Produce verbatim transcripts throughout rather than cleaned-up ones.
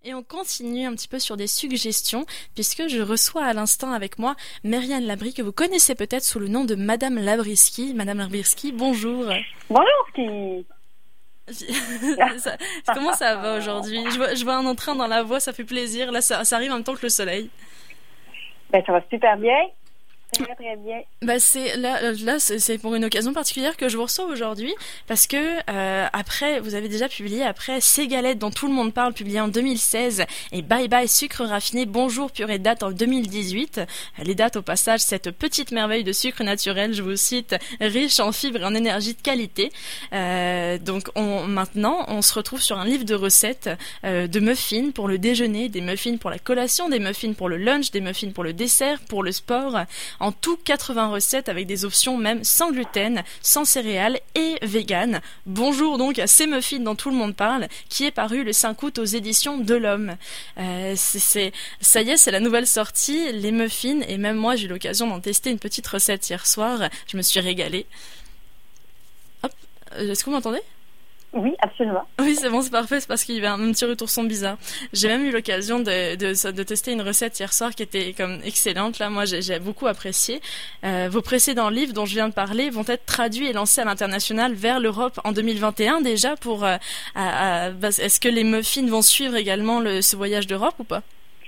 Et on continue un petit peu sur des suggestions, puisque je reçois à l'instant avec moi Mériane Labrie, que vous connaissez peut-être sous le nom de Madame Labriski. Madame Labriski, bonjour. Bonjour, qui... ça, comment ça va aujourd'hui? Je vois, je vois un entrain dans la voix, ça fait plaisir. Là, ça, ça arrive en même temps que le soleil. Ben, ça va super bien. Très, très bien. Bah c'est là, là c'est, c'est pour une occasion particulière que je vous reçois aujourd'hui, parce que euh, après, vous avez déjà publié après Ces galettes dont tout le monde parle, publié en deux mille seize, et Bye Bye sucre raffiné, bonjour purée de date en deux mille dix-huit. Les dates au passage, cette petite merveille de sucre naturel, je vous cite, riche en fibres et en énergie de qualité. Euh, donc on, maintenant, on se retrouve sur un livre de recettes euh, de muffins pour le déjeuner, des muffins pour la collation, des muffins pour le lunch, des muffins pour le dessert, pour le sport. En tout, quatre-vingts recettes avec des options même sans gluten, sans céréales et vegan. Bonjour donc à Ces muffins dont tout le monde parle, qui est paru le cinq août aux éditions de l'Homme. Euh, c'est, c'est, ça y est, c'est la nouvelle sortie, les muffins, et même moi j'ai eu l'occasion d'en tester une petite recette hier soir. Je me suis régalée. Hop, est-ce que vous m'entendez ? Oui, absolument. Oui, c'est bon, c'est parfait, c'est parce qu'il y avait un petit retour son bizarre. J'ai même eu l'occasion de, de, de tester une recette hier soir qui était comme excellente. Là, moi, j'ai, j'ai beaucoup apprécié. Euh, vos précédents livres dont je viens de parler vont être traduits et lancés à l'international vers l'Europe en deux mille vingt et un déjà. Pour, euh, à, à, est-ce que les muffins vont suivre également le, ce voyage d'Europe ou pas?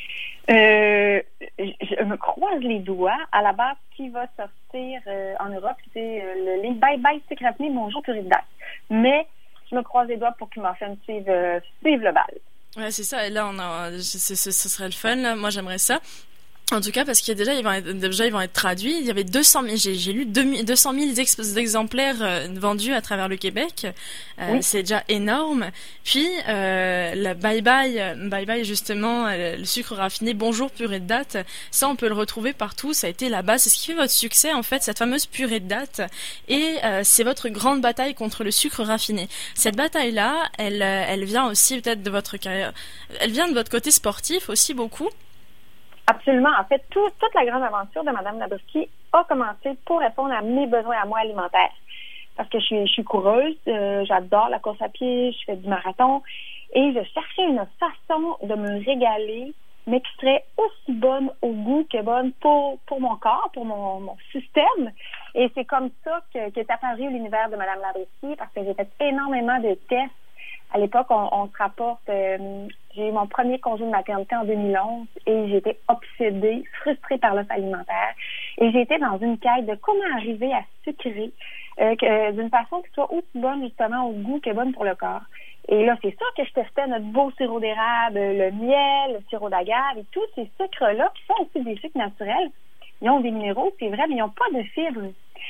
Euh, je me croise les doigts. À la base, ce qui va sortir euh, en Europe, c'est euh, le livre Bye Bye sucre raffiné, bonjour purée de date. Mais je me croise les doigts pour que Muffin suive, euh, suive le bal. Ouais, c'est ça. Et là, on a, ce, ce, ce serait le fun. Là. Moi, j'aimerais ça. En tout cas, parce qu'il y a déjà, ils vont être, déjà, ils vont être traduits. Il y avait deux cent mille, j'ai, j'ai lu deux cent mille ex- exemplaires euh, vendus à travers le Québec. Euh, oui. C'est déjà énorme. Puis, euh, la Bye Bye, Bye Bye, justement, euh, le sucre raffiné, bonjour purée de date. Ça, on peut le retrouver partout. Ça a été la base. C'est ce qui fait votre succès, en fait, cette fameuse purée de date. Et, euh, c'est votre grande bataille contre le sucre raffiné. Cette bataille-là, elle, elle vient aussi peut-être de votre carrière. Elle vient de votre côté sportif aussi beaucoup. Absolument. En fait, tout, toute la grande aventure de Mme Labriski a commencé pour répondre à mes besoins à moi alimentaires. Parce que je suis, je suis coureuse, euh, j'adore la course à pied, je fais du marathon, et je cherchais une façon de me régaler, mais qui serait aussi bonne au goût que bonne pour, pour mon corps, pour mon, mon système. Et c'est comme ça que, qu'est apparu l'univers de Mme Labriski, parce que j'ai fait énormément de tests. À l'époque, on, on se rapporte, euh, j'ai eu mon premier congé de maternité en deux mille onze et j'étais obsédée, frustrée par l'offre alimentaire. Et j'étais dans une quête de comment arriver à sucrer euh, que, euh, d'une façon qui soit aussi bonne justement au goût que bonne pour le corps. Et là, c'est sûr que je testais notre beau sirop d'érable, le miel, le sirop d'agave et tous ces sucres-là qui sont aussi des sucres naturels. Ils ont des minéraux, c'est vrai, mais ils n'ont pas de fibres.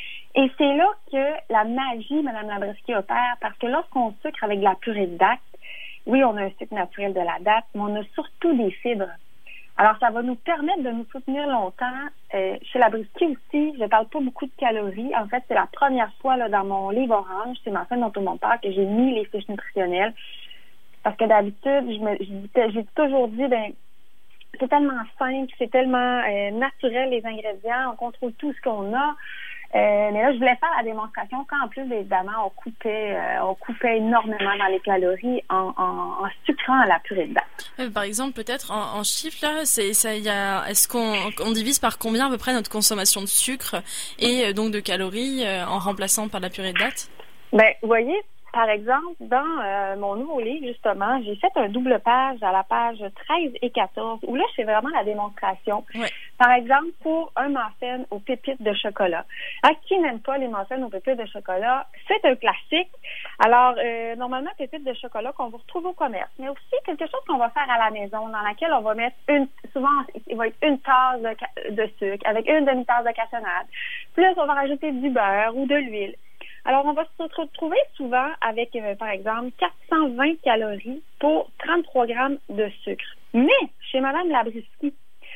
Et c'est là que la magie, Mme Labriski, opère, parce que lorsqu'on sucre avec de la purée de date, oui, on a un sucre naturel de la date, mais on a surtout des fibres. Alors, ça va nous permettre de nous soutenir longtemps. Euh, chez Labriski aussi, je ne parle pas beaucoup de calories. En fait, c'est la première fois là, dans mon livre orange, c'est ma fin dont tout le monde parle, que j'ai mis les fiches nutritionnelles. Parce que d'habitude, je me, je, j'ai toujours dit, ben, c'est tellement simple, c'est tellement euh, naturel les ingrédients, on contrôle tout ce qu'on a. Euh, mais là, je voulais faire la démonstration qu'en plus, évidemment, on coupait, euh, on coupait énormément dans les calories en, en, en sucrant à la purée de date. Euh, par exemple, peut-être en, en chiffres, là, c'est, ça, y a, est-ce qu'on on divise par combien à peu près notre consommation de sucre et euh, donc de calories euh, en remplaçant par la purée de date? Ben, vous voyez, par exemple, dans euh, mon nouveau livre, justement, j'ai fait un double page à la page treize et quatorze, où là, je fais vraiment la démonstration. Ouais. Par exemple, pour un muffin aux pépites de chocolat. À qui n'aime pas les muffins aux pépites de chocolat? C'est un classique. Alors, euh, normalement, pépites de chocolat qu'on va retrouver au commerce, mais aussi quelque chose qu'on va faire à la maison, dans laquelle on va mettre une, souvent, il va être une tasse de, de sucre avec une demi-tasse de cassonade. Plus, on va rajouter du beurre ou de l'huile. Alors, on va se retrouver souvent avec, euh, par exemple, quatre cent vingt calories pour trente-trois grammes de sucre. Mais, chez Mme Labriski,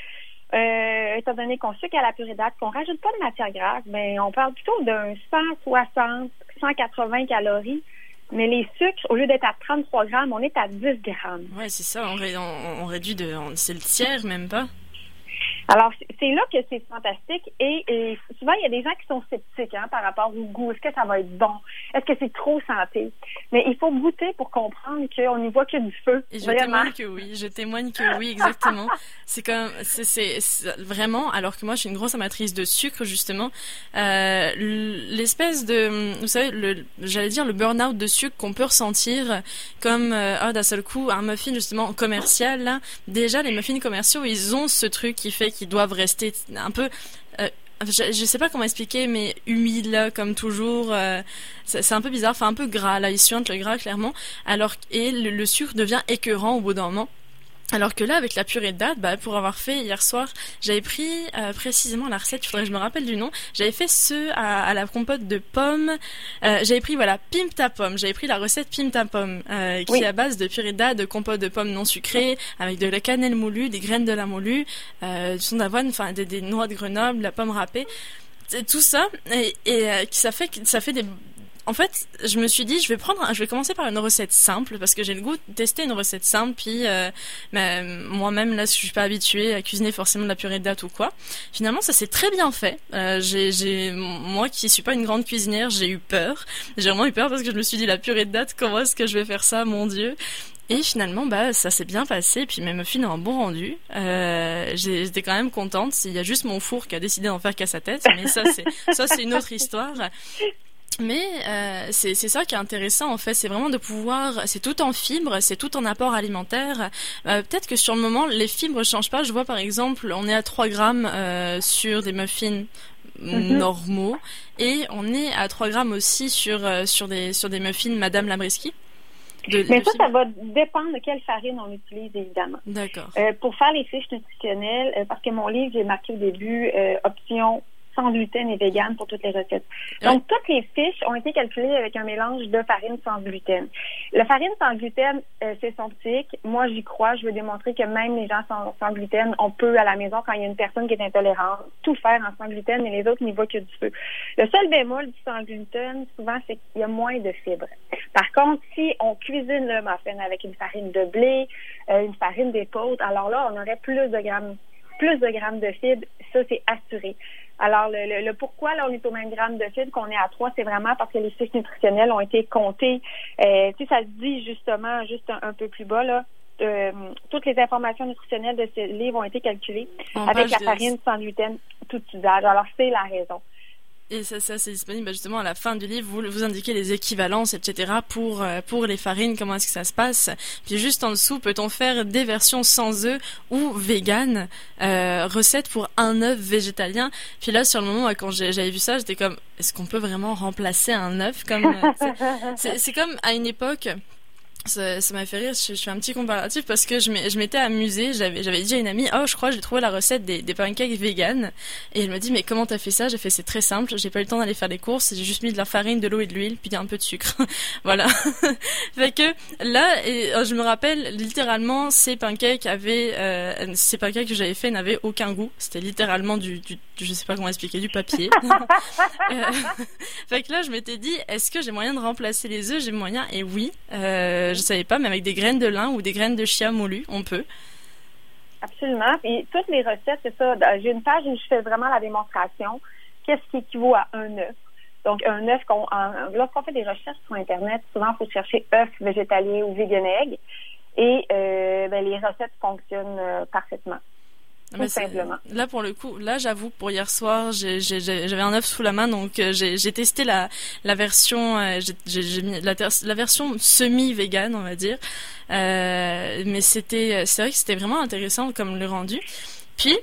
euh, étant donné qu'on sucre à la purée de date, qu'on rajoute pas de matière grasse, ben, on parle plutôt d'un cent soixante, cent quatre-vingts calories. Mais les sucres, au lieu d'être à trente-trois grammes, on est à dix grammes. Ouais, c'est ça. On, ré, on, on réduit de, on, c'est le tiers, même pas. Alors, c'est là que c'est fantastique et, et souvent, il y a des gens qui sont sceptiques hein, par rapport au goût. Est-ce que ça va être bon? Est-ce que c'est trop santé? Mais il faut goûter pour comprendre qu'on n'y voit que du feu. Et je vraiment. témoigne que oui, je témoigne que oui, exactement. C'est comme, c'est, c'est, c'est vraiment, alors que moi, je suis une grosse amatrice de sucre, justement, euh, l'espèce de, vous savez, le, j'allais dire le burn-out de sucre qu'on peut ressentir comme, euh, ah, d'un seul coup, un muffin, justement, commercial, là. Déjà, les muffins commerciaux, ils ont ce truc qui fait qu'ils doivent rester un peu, euh, je, je sais pas comment expliquer, mais humide là, comme toujours. Euh, c'est, c'est un peu bizarre, enfin un peu gras là, il suinte le gras clairement. Alors et le, le sucre devient écœurant au bout d'un moment. Alors que là, avec la purée de date, bah, pour avoir fait hier soir, j'avais pris euh, précisément la recette, il faudrait que je me rappelle du nom, j'avais fait ce à, à la compote de pommes, euh, j'avais pris, voilà, Pimpe ta pomme, j'avais pris la recette Pimpe ta pomme, euh, qui oui. est à base de purée de date, de compote de pommes non sucrée, avec de la cannelle moulue, des graines de la moulue, euh, du son d'avoine, enfin des, des noix de Grenoble, la pomme râpée, tout ça, et, et euh, ça fait, ça fait des... En fait, je me suis dit, je vais prendre, je vais commencer par une recette simple parce que j'ai le goût de tester une recette simple. Puis euh, bah, moi-même là, je suis pas habituée à cuisiner forcément de la purée de date ou quoi. Finalement, ça s'est très bien fait. Euh, j'ai, j'ai, moi qui suis pas une grande cuisinière, j'ai eu peur. J'ai vraiment eu peur parce que je me suis dit la purée de date, comment est-ce que je vais faire ça, mon Dieu. Et finalement, bah, ça s'est bien passé. Puis mes muffins ont un bon rendu. Euh, j'ai, j'étais quand même contente. Il y a juste mon four qui a décidé d'en faire qu'à sa tête, mais ça, c'est, ça, c'est une autre histoire. Mais euh, c'est, c'est ça qui est intéressant en fait, c'est vraiment de pouvoir, c'est tout en fibres, c'est tout en apport alimentaire. Euh, peut-être que sur le moment les fibres changent pas. Je vois par exemple, on est à trois grammes euh, sur des muffins mm-hmm. normaux et on est à trois grammes aussi sur euh, sur des sur des muffins Madame Labriskie. De, Mais ça, fibres. Ça va dépendre de quelle farine on utilise évidemment. D'accord. Euh, pour faire les fiches nutritionnelles, euh, parce que mon livre j'ai marqué au début euh, option sans gluten et vegan pour toutes les recettes. Donc, toutes les fiches ont été calculées avec un mélange de farine sans gluten. La farine sans gluten, euh, c'est son tic. Moi, j'y crois. Je veux démontrer que même les gens sans, sans gluten, on peut, à la maison, quand il y a une personne qui est intolérante, tout faire en sans gluten, mais les autres n'y voient que du feu. Le seul bémol du sans gluten, souvent, c'est qu'il y a moins de fibres. Par contre, si on cuisine le muffin avec une farine de blé, euh, une farine d'épeautre, alors là, on aurait plus de grammes, plus de grammes de fibres. Ça, c'est assuré. Alors, le, le, le pourquoi, là, on est au même gramme de fibres qu'on est à trois, c'est vraiment parce que les fiches nutritionnelles ont été comptées. Euh, tu sais, ça se dit justement, juste un, un peu plus bas, là, euh, toutes les informations nutritionnelles de ce livre ont été calculées en avec la farine sans gluten, tout usage. Alors, c'est la raison. Et ça, ça c'est disponible justement à la fin du livre. Vous, vous indiquez les équivalences, et cetera pour pour les farines, comment est-ce que ça se passe. Puis juste en dessous, peut-on faire des versions sans œufs ou vegan, euh, recettes pour un œuf végétalien. Puis là, sur le moment, quand j'ai, j'avais vu ça, j'étais comme, est-ce qu'on peut vraiment remplacer un œuf comme c'est, c'est, c'est comme à une époque. Ça, ça m'a fait rire, je, je fais un petit comparatif parce que je, je m'étais amusée, j'avais, j'avais dit à une amie, oh je crois que j'ai trouvé la recette des, des pancakes vegan, et elle me dit mais comment t'as fait ça? J'ai fait c'est très simple, j'ai pas eu le temps d'aller faire les courses, j'ai juste mis de la farine, de l'eau et de l'huile, puis un peu de sucre, voilà. Fait que là, et, je me rappelle littéralement ces pancakes avaient, euh, ces pancakes que j'avais fait n'avaient aucun goût, c'était littéralement du, du, du, je sais pas comment expliquer, du papier. euh, fait que là je m'étais dit, est-ce que j'ai moyen de remplacer les œufs? J'ai moyen, et oui. Euh, je savais pas, mais avec des graines de lin ou des graines de chia moulues, on peut. Absolument. Et toutes les recettes, c'est ça. J'ai une page où je fais vraiment la démonstration. Qu'est-ce qui équivaut à un œuf? Donc, un œuf, qu'on, en, lorsqu'on fait des recherches sur Internet, souvent, il faut chercher œuf végétalien ou vegan egg. Et euh, ben, les recettes fonctionnent euh, parfaitement. Tout simplement. Là, pour le coup, là, j'avoue, pour hier soir, j'ai, j'ai, j'avais un œuf sous la main, donc euh, j'ai, j'ai testé la, la version, euh, j'ai, j'ai, j'ai mis la, ter- la version semi-vegan, on va dire. Euh, mais c'était, c'est vrai que c'était vraiment intéressant comme le rendu. Puis,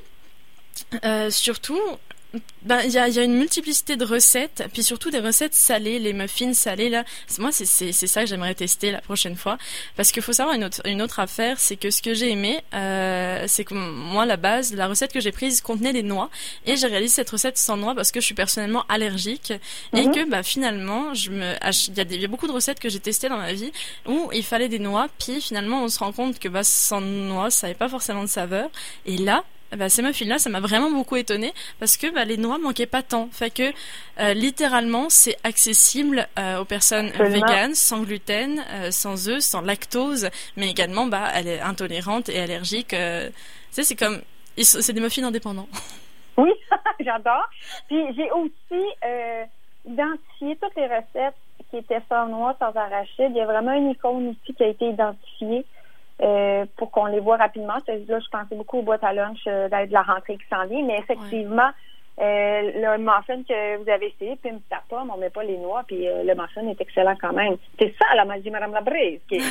euh, surtout, ben il y a il y a une multiplicité de recettes, puis surtout des recettes salées, les muffins salés là. Moi c'est c'est c'est ça que j'aimerais tester la prochaine fois, parce qu'il faut savoir une autre une autre affaire, c'est que ce que j'ai aimé, euh, c'est que moi la base, la recette que j'ai prise contenait des noix, et j'ai réalisé cette recette sans noix parce que je suis personnellement allergique, mm-hmm. et que bah finalement je me il y a des il y a beaucoup de recettes que j'ai testées dans ma vie où il fallait des noix, puis finalement on se rend compte que bah sans noix ça avait pas forcément de saveur, et là bah, ces muffins-là, ça m'a vraiment beaucoup étonnée parce que bah, les noix manquaient pas tant. Fait que euh, littéralement, c'est accessible euh, aux personnes véganes, sans gluten, euh, sans œufs, sans lactose, mais également, bah, elle est intolérante et allergique. Euh, tu sais, c'est comme c'est des muffins indépendants. Oui, j'adore. Puis j'ai aussi euh, identifié toutes les recettes qui étaient sans noix, sans arachide. Il y a vraiment une icône ici qui a été identifiée euh, pour qu'on les voit rapidement. Là, je pensais beaucoup aux boîtes à lunch euh, de la rentrée qui s'en vient, mais effectivement, ouais. Euh, le muffin que vous avez essayé, puis une petite pomme, on met pas les noix, puis euh, le muffin est excellent quand même. C'est ça la magie Madame Labrise. Qui...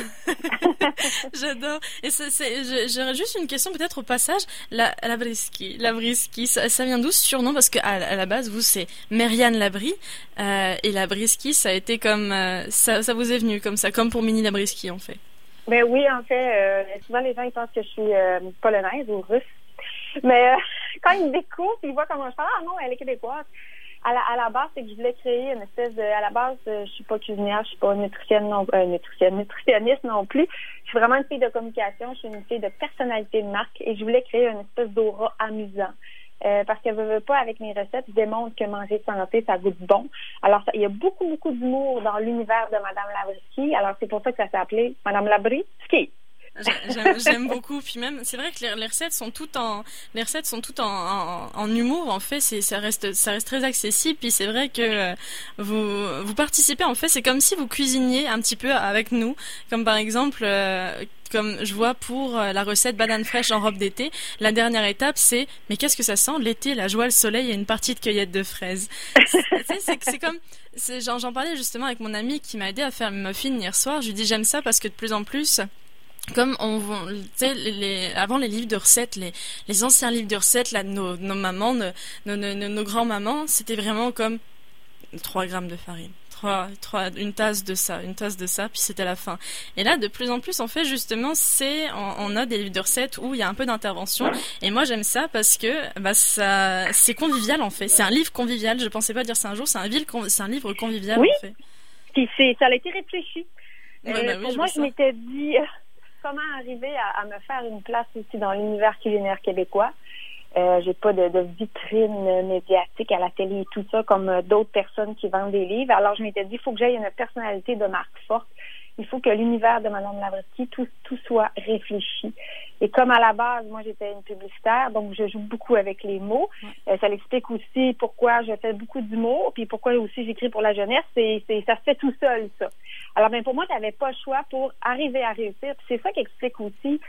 J'adore. Et c'est, c'est, j'aurais juste une question peut-être au passage. La Labriski, Labriski, ça, ça vient d'où ce surnom? Parce que à, à la base, vous c'est Mériane Labrie euh, et Labriski, ça a été comme euh, ça, ça vous est venu comme ça, comme pour Mini Labriski en fait. Ben oui, en fait, euh, souvent les gens ils pensent que je suis euh, polonaise ou russe. Mais euh, quand ils me découvrent, ils voient comment je parle, ah non, elle est québécoise. À la, à la base, c'est que je voulais créer une espèce de... À la base, euh, je suis pas cuisinière, je suis pas nutritionniste non, euh, nutritionniste, nutritionniste non plus. Je suis vraiment une fille de communication, je suis une fille de personnalité de marque et je voulais créer une espèce d'aura amusant. Euh, parce que je veux pas, avec mes recettes, je démontre que manger santé, ça goûte bon. Alors, ça, il y a beaucoup, beaucoup d'humour dans l'univers de Madame Labriski. Alors, c'est pour ça que ça s'est appelé Madame Labriski. J'aime, j'aime beaucoup. Puis même, c'est vrai que les, les recettes sont toutes en, les recettes sont toutes en, en, en humour. En fait, c'est, ça reste, ça reste très accessible. Puis c'est vrai que euh, vous, vous participez. En fait, c'est comme si vous cuisiniez un petit peu avec nous. Comme par exemple, euh, comme je vois pour euh, la recette banane fraîche en robe d'été. La dernière étape, c'est, mais qu'est-ce que ça sent? L'été, la joie, le soleil et une partie de cueillette de fraises. C'est, c'est, c'est, c'est comme, c'est, j'en, j'en parlais justement avec mon ami qui m'a aidé à faire mes muffins hier soir. Je lui dis, j'aime ça parce que de plus en plus, comme on, tu sais, les, les, avant les livres de recettes, les, les anciens livres de recettes, là, nos, nos mamans, nos, nos, nos, nos grands-mamans, c'était vraiment comme trois grammes de farine, trois, trois, une tasse de ça, une tasse de ça, puis c'était la fin. Et là, de plus en plus, en fait, justement, c'est, on, on a des livres de recettes où il y a un peu d'intervention. Et moi, j'aime ça parce que, bah, ça, c'est convivial, en fait. C'est un livre convivial. Je pensais pas dire ça un jour. C'est un, ville, c'est un livre convivial, oui. En fait. Puis c'est, ça a été réfléchi. Ouais, euh, bah, oui, pour je moi, je m'étais dit, comment arriver à, à me faire une place aussi dans l'univers culinaire québécois. Euh, j'ai pas de, de vitrine médiatique à la télé et tout ça comme euh, d'autres personnes qui vendent des livres. Alors je m'étais dit, il faut que j'aie une personnalité de marque forte. Il faut que l'univers de Madame Labriski, tout, tout soit réfléchi. Et comme à la base, moi j'étais une publicitaire, donc je joue beaucoup avec les mots. Euh, ça l'explique aussi pourquoi je fais beaucoup d'humour, puis pourquoi aussi j'écris pour la jeunesse. C'est, c'est, ça se fait tout seul, ça. Alors ben pour moi, tu n'avais pas le choix pour arriver à réussir. Puis c'est ça qui explique aussi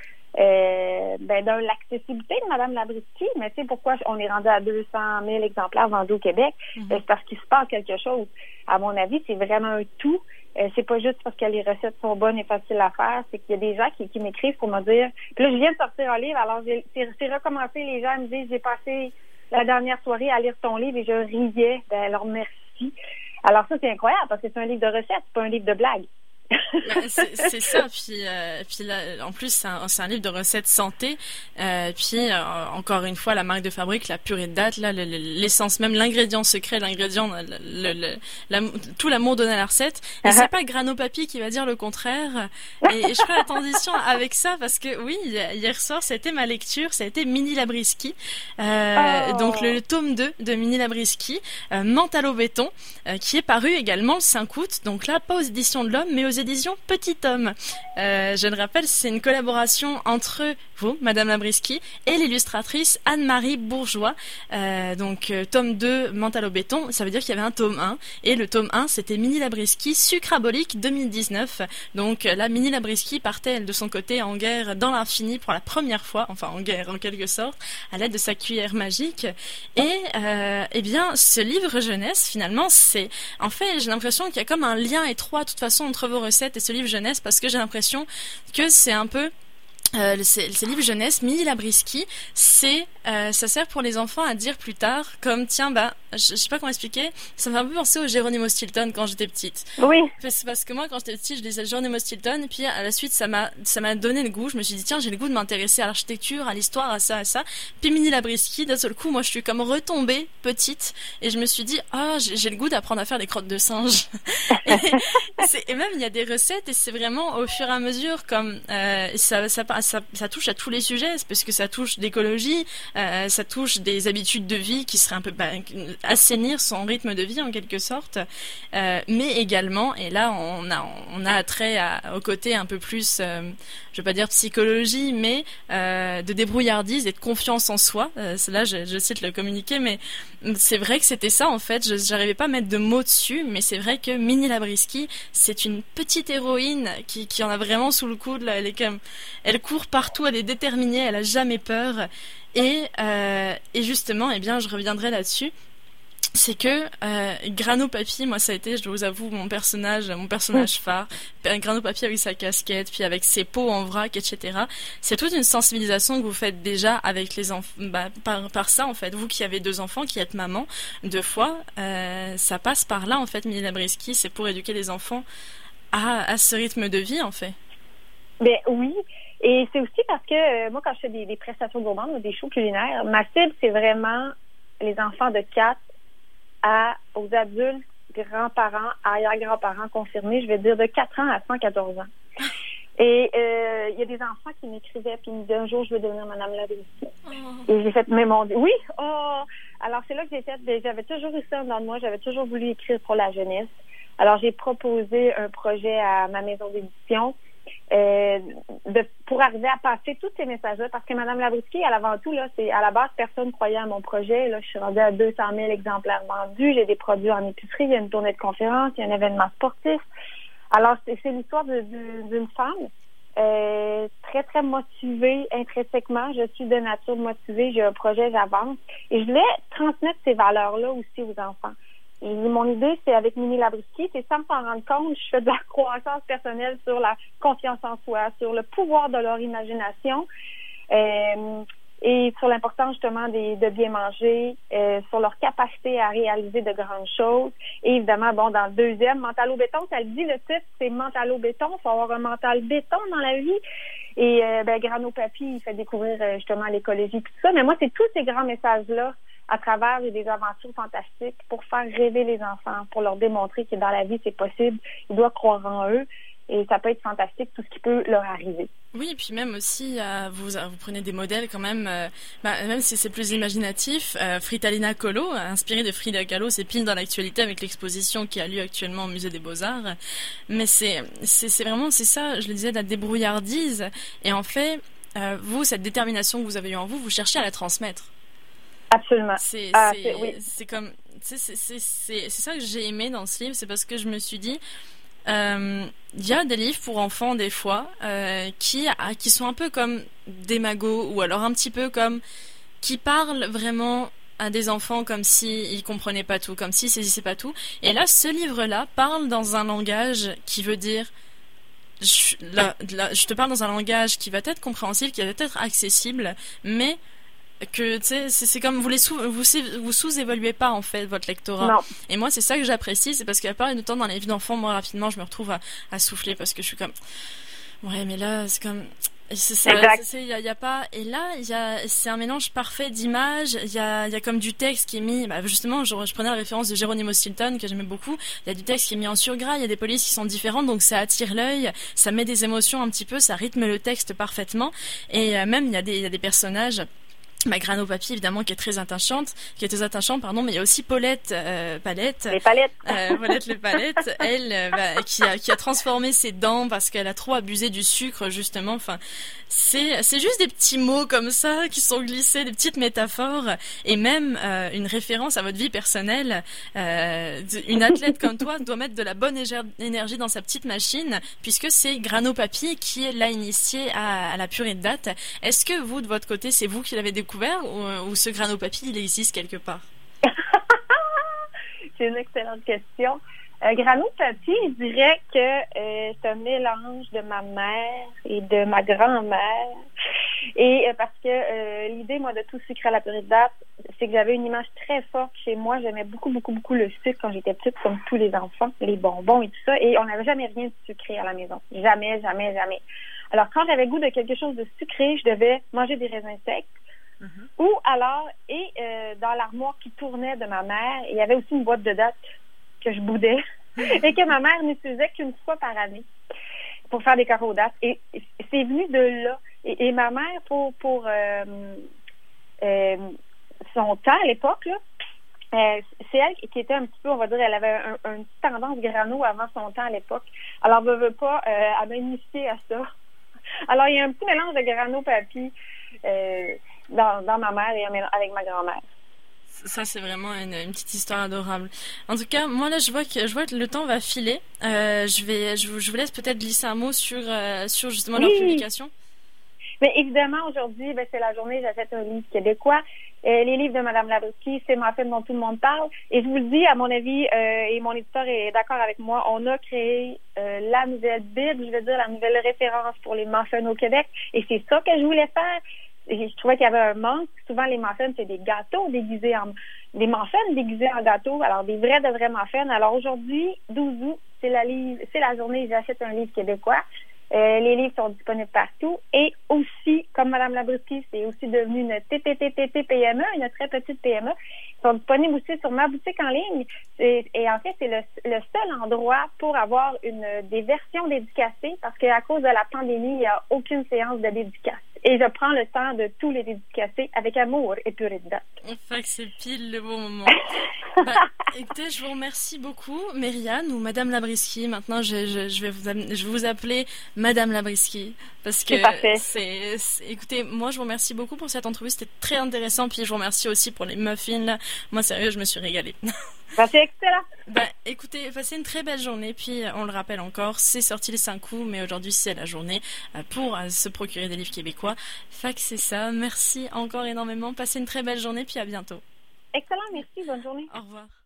euh, ben d'un l'accessibilité de Madame Labriski. Mais tu sais pourquoi on est rendu à deux cent mille exemplaires vendus au Québec? Mm-hmm. C'est parce qu'il se passe quelque chose. À mon avis, c'est vraiment un tout. Euh, c'est pas juste parce que les recettes sont bonnes et faciles à faire, c'est qu'il y a des gens qui, qui m'écrivent pour me dire, puis là je viens de sortir un livre, alors j'ai, c'est, c'est recommencé, les gens me disent, j'ai passé la dernière soirée à lire ton livre et je riais, ben alors merci. Alors ça c'est incroyable parce que c'est un livre de recettes, c'est pas un livre de blagues. Ben, c'est, c'est ça, puis, euh, puis là, en plus c'est un, c'est un livre de recettes santé, euh, puis euh, encore une fois la marque de fabrique, la purée de date, là, le, le, l'essence même, l'ingrédient secret, l'ingrédient, le, le, le, la, tout l'amour donné à la recette, et uh-huh. C'est pas Grano Papy qui va dire le contraire, et, et je ferai la transition avec ça parce que oui, hier soir c'était ma lecture, ça a été Mini Labriski, euh, oh. donc le, le tome deux de Mini Labriski, euh, Mental au béton, euh, qui est paru également le cinq août, donc là pas aux éditions de l'Homme mais aux éditions Petit Homme. Euh, je le rappelle, c'est une collaboration entre vous, Madame Labriski, et l'illustratrice Anne-Marie Bourgeois. Euh, donc, euh, tome deux, Mental au béton, ça veut dire qu'il y avait un tome un. Et le tome un, c'était Mini Labriski, Sucrabolique deux mille dix-neuf. Donc, la Mini Labriski partait, elle, de son côté, en guerre dans l'infini pour la première fois, enfin, en guerre, en quelque sorte, à l'aide de sa cuillère magique. Et, euh, eh bien, ce livre jeunesse, finalement, c'est, en fait, j'ai l'impression qu'il y a comme un lien étroit, de toute façon, entre vos recettes et ce livre jeunesse, parce que j'ai l'impression que c'est un peu Euh, ces, ces livres jeunesse, Mini Labriski, c'est, euh, ça sert pour les enfants à dire plus tard, comme tiens bah, je, je sais pas comment expliquer, ça me fait un peu penser au Geronimo Stilton quand j'étais petite. Oui. C'est parce que moi quand j'étais petite, je lisais le Geronimo Stilton, et puis à la suite ça m'a, ça m'a donné le goût. Je me suis dit tiens j'ai le goût de m'intéresser à l'architecture, à l'histoire, à ça, à ça. Puis Mini Labriski, d'un seul coup, moi je suis comme retombée petite et je me suis dit ah oh, j'ai, j'ai le goût d'apprendre à faire des crottes de singe. et, c'est, et même il y a des recettes et c'est vraiment au fur et à mesure comme euh, ça, ça ça, ça touche à tous les sujets, parce que ça touche l'écologie, euh, ça touche des habitudes de vie qui seraient un peu bah, assainir son rythme de vie en quelque sorte, euh, mais également, et là on a on a attrait à, au côté un peu plus, euh, je veux pas dire psychologie, mais euh, de débrouillardise et de confiance en soi. Euh, là, je, je cite le communiqué, mais c'est vrai que c'était ça en fait. Je j'arrivais pas à mettre de mots dessus, mais c'est vrai que Minnie Labriski, c'est une petite héroïne qui qui en a vraiment sous le coude. Là, elle est comme, elle court partout, elle est déterminée, elle a jamais peur. Et euh, et justement, eh bien, je reviendrai là-dessus. C'est que euh, Grano Papy, moi ça a été, je vous avoue, mon personnage, mon personnage phare. Grano Papy avec sa casquette, puis avec ses pots en vrac, et cetera. C'est toute une sensibilisation que vous faites déjà avec les enfants, bah, par, par ça en fait. Vous qui avez deux enfants, qui êtes maman deux fois, euh, ça passe par là en fait. Minnie Labriski, c'est pour éduquer les enfants à, à ce rythme de vie en fait. Ben oui. Et c'est aussi parce que euh, moi quand je fais des, des prestations gourmandes ou des shows culinaires, ma cible c'est vraiment les enfants de quatre à aux adultes, grands-parents, arrière-grands-parents confirmés, je vais dire de quatre ans à cent quatorze ans. Et il euh, y a des enfants qui m'écrivaient, puis me disaient, un jour, je veux devenir Madame Labriski. Oh. Et j'ai fait, mais mon Dieu, oui, oh! Alors, c'est là que j'ai fait, j'avais toujours eu ça dans moi, j'avais toujours voulu écrire pour la jeunesse. Alors, j'ai proposé un projet à ma maison d'édition, Euh, de, pour arriver à passer tous ces messages-là, parce que Mme Labriski, à l'avant tout, là, c'est à la base, personne croyait à mon projet. Là, je suis rendue à deux cent mille exemplaires vendus, j'ai des produits en épicerie, il y a une tournée de conférences, il y a un événement sportif. Alors, c'est, c'est l'histoire de, de, d'une femme euh, très, très motivée intrinsèquement. Je suis de nature motivée, j'ai un projet, j'avance. Et je voulais transmettre ces valeurs-là aussi aux enfants. Et mon idée, c'est avec Minnie Labriski, c'est sans m'en rendre compte, je fais de la croissance personnelle sur la confiance en soi, sur le pouvoir de leur imagination euh, et sur l'importance justement des, de bien manger, euh, sur leur capacité à réaliser de grandes choses. Et évidemment, bon, dans le deuxième, mental au béton, ça le dit, le titre, c'est mental au béton, il faut avoir un mental béton dans la vie. Et euh, ben, Grano Papy, il fait découvrir euh, justement l'écologie et tout ça. Mais moi, c'est tous ces grands messages-là à travers des aventures fantastiques pour faire rêver les enfants, pour leur démontrer que dans la vie, c'est possible. Ils doivent croire en eux et ça peut être fantastique, tout ce qui peut leur arriver. Oui, et puis même aussi, euh, vous, vous prenez des modèles quand même, euh, bah, même si c'est plus imaginatif, euh, Fritalina Kahlo, inspiré de Frida Kahlo, c'est pile dans l'actualité avec l'exposition qui a lieu actuellement au Musée des Beaux-Arts. Mais c'est, c'est, c'est vraiment, c'est ça, je le disais, de la débrouillardise. Et en fait, euh, vous, cette détermination que vous avez eue en vous, vous cherchez à la transmettre. Absolument. C'est, ah, c'est, c'est, oui. c'est comme, c'est, c'est, c'est, c'est, c'est ça que j'ai aimé dans ce livre, c'est parce que je me suis dit, il euh, y a des livres pour enfants des fois euh, qui, qui sont un peu comme des magots ou alors un petit peu comme qui parlent vraiment à des enfants comme si ils comprenaient pas tout, comme s'ils saisissaient pas tout. Et là, ce livre-là parle dans un langage qui veut dire je, là, là, je te parle dans un langage qui va être compréhensible, qui va être accessible, mais que tu sais c'est, c'est comme vous les sous, vous vous sous-évaluez pas en fait votre lectorat. Non. Et moi c'est ça que j'apprécie, c'est parce qu'à part de temps dans les vies d'enfants, moi rapidement je me retrouve à, à souffler parce que je suis comme ouais mais là c'est comme c'est ça, il y a, y a pas et là il y a c'est un mélange parfait d'images, il y a il y a comme du texte qui est mis bah justement je, je prenais la référence de Geronimo Stilton que j'aimais beaucoup, il y a du texte qui est mis en surgras, il y a des polices qui sont différentes donc ça attire l'œil, ça met des émotions un petit peu, ça rythme le texte parfaitement et euh, même il y a des il y a des personnages. Ma Grano Papy évidemment qui est très attachante, qui est très attachante pardon, mais il y a aussi Paulette euh, Palette. Les palettes. Euh, Paulette les palettes, elle euh, bah, qui a qui a transformé ses dents parce qu'elle a trop abusé du sucre justement. Enfin, c'est c'est juste des petits mots comme ça qui sont glissés, des petites métaphores et même euh, une référence à votre vie personnelle. Euh, une athlète comme toi doit mettre de la bonne énergie dans sa petite machine puisque c'est Grano Papy qui l'a initiée à, à la purée de dattes. Est-ce que vous de votre côté c'est vous qui l'avez découvert ou, ou ce Grano Papy il existe quelque part? C'est une excellente question. Euh, Grano Papy, je dirais que euh, c'est un mélange de ma mère et de ma grand-mère. Et euh, parce que euh, l'idée, moi, de tout sucre à la purée de dattes, c'est que j'avais une image très forte chez moi. J'aimais beaucoup, beaucoup, beaucoup le sucre quand j'étais petite, comme tous les enfants, les bonbons et tout ça. Et on n'avait jamais rien de sucré à la maison. Jamais, jamais, jamais. Alors, quand j'avais goût de quelque chose de sucré, je devais manger des raisins secs. Mm-hmm. Ou alors, et euh, dans l'armoire qui tournait de ma mère, il y avait aussi une boîte de dattes que je boudais et que ma mère n'utilisait qu'une fois par année pour faire des carreaux aux dattes. Et c'est venu de là. Et, et ma mère, pour, pour euh, euh, son temps à l'époque, là, euh, c'est elle qui était un petit peu, on va dire, elle avait un, un, une petite tendance grano avant son temps à l'époque. Alors, ne veut pas, euh, elle m'a initiée à ça. Alors, il y a un petit mélange de grano papy euh, dans, dans ma mère et avec ma grand-mère. Ça, c'est vraiment une, une petite histoire adorable. En tout cas, moi là, je vois que je vois que le temps va filer. Euh, je vais, je vous, je vous laisse peut-être glisser un mot sur euh, sur justement oui. leur publication. Mais évidemment, aujourd'hui, ben, c'est la journée J'achète un livre québécois. Euh, les livres de Madame Labriskie, c'est ma film dont tout le monde parle. Et je vous le dis, à mon avis, euh, et mon éditeur est d'accord avec moi, on a créé euh, la nouvelle Bible, je veux dire, la nouvelle référence pour les muffins au Québec. Et c'est ça que je voulais faire. Et je trouvais qu'il y avait un manque. Souvent, les muffins, c'est des gâteaux déguisés en... des muffins déguisés en gâteaux. Alors, des vrais de vrais muffins. Alors, aujourd'hui, douze août, c'est la, livre, c'est la journée J'achète un livre québécois. Euh, les livres sont disponibles partout. Et aussi, comme Madame Labriskie, c'est aussi devenu une T T T T T P M E, une très petite P M E. Ils sont disponibles aussi sur ma boutique en ligne. Et, et en fait, c'est le, le seul endroit pour avoir une des versions dédicacées parce qu'à cause de la pandémie, il n'y a aucune séance de dédicace. Et je prends le temps de tous les dédicacer avec amour et pudeur. Fait que c'est pile le bon moment. Bah, écoutez, je vous remercie beaucoup, Myriane ou Madame Labriskie. Maintenant, je, je, je, vais vous, je vais vous appeler Madame Labriskie parce que c'est, c'est. Écoutez, moi, je vous remercie beaucoup pour cette entrevue. C'était très intéressant. Puis je vous remercie aussi pour les muffins. Là. Moi, sérieux, je me suis régalée. Bah, c'est excellent. Bah, écoutez, passez une très belle journée. Puis, on le rappelle encore, c'est sorti le cinq août, mais aujourd'hui, c'est la journée pour se procurer des livres québécois. Fait que c'est ça. Merci encore énormément. Passez une très belle journée. Puis à bientôt. Excellent, merci. Bonne journée. Au revoir.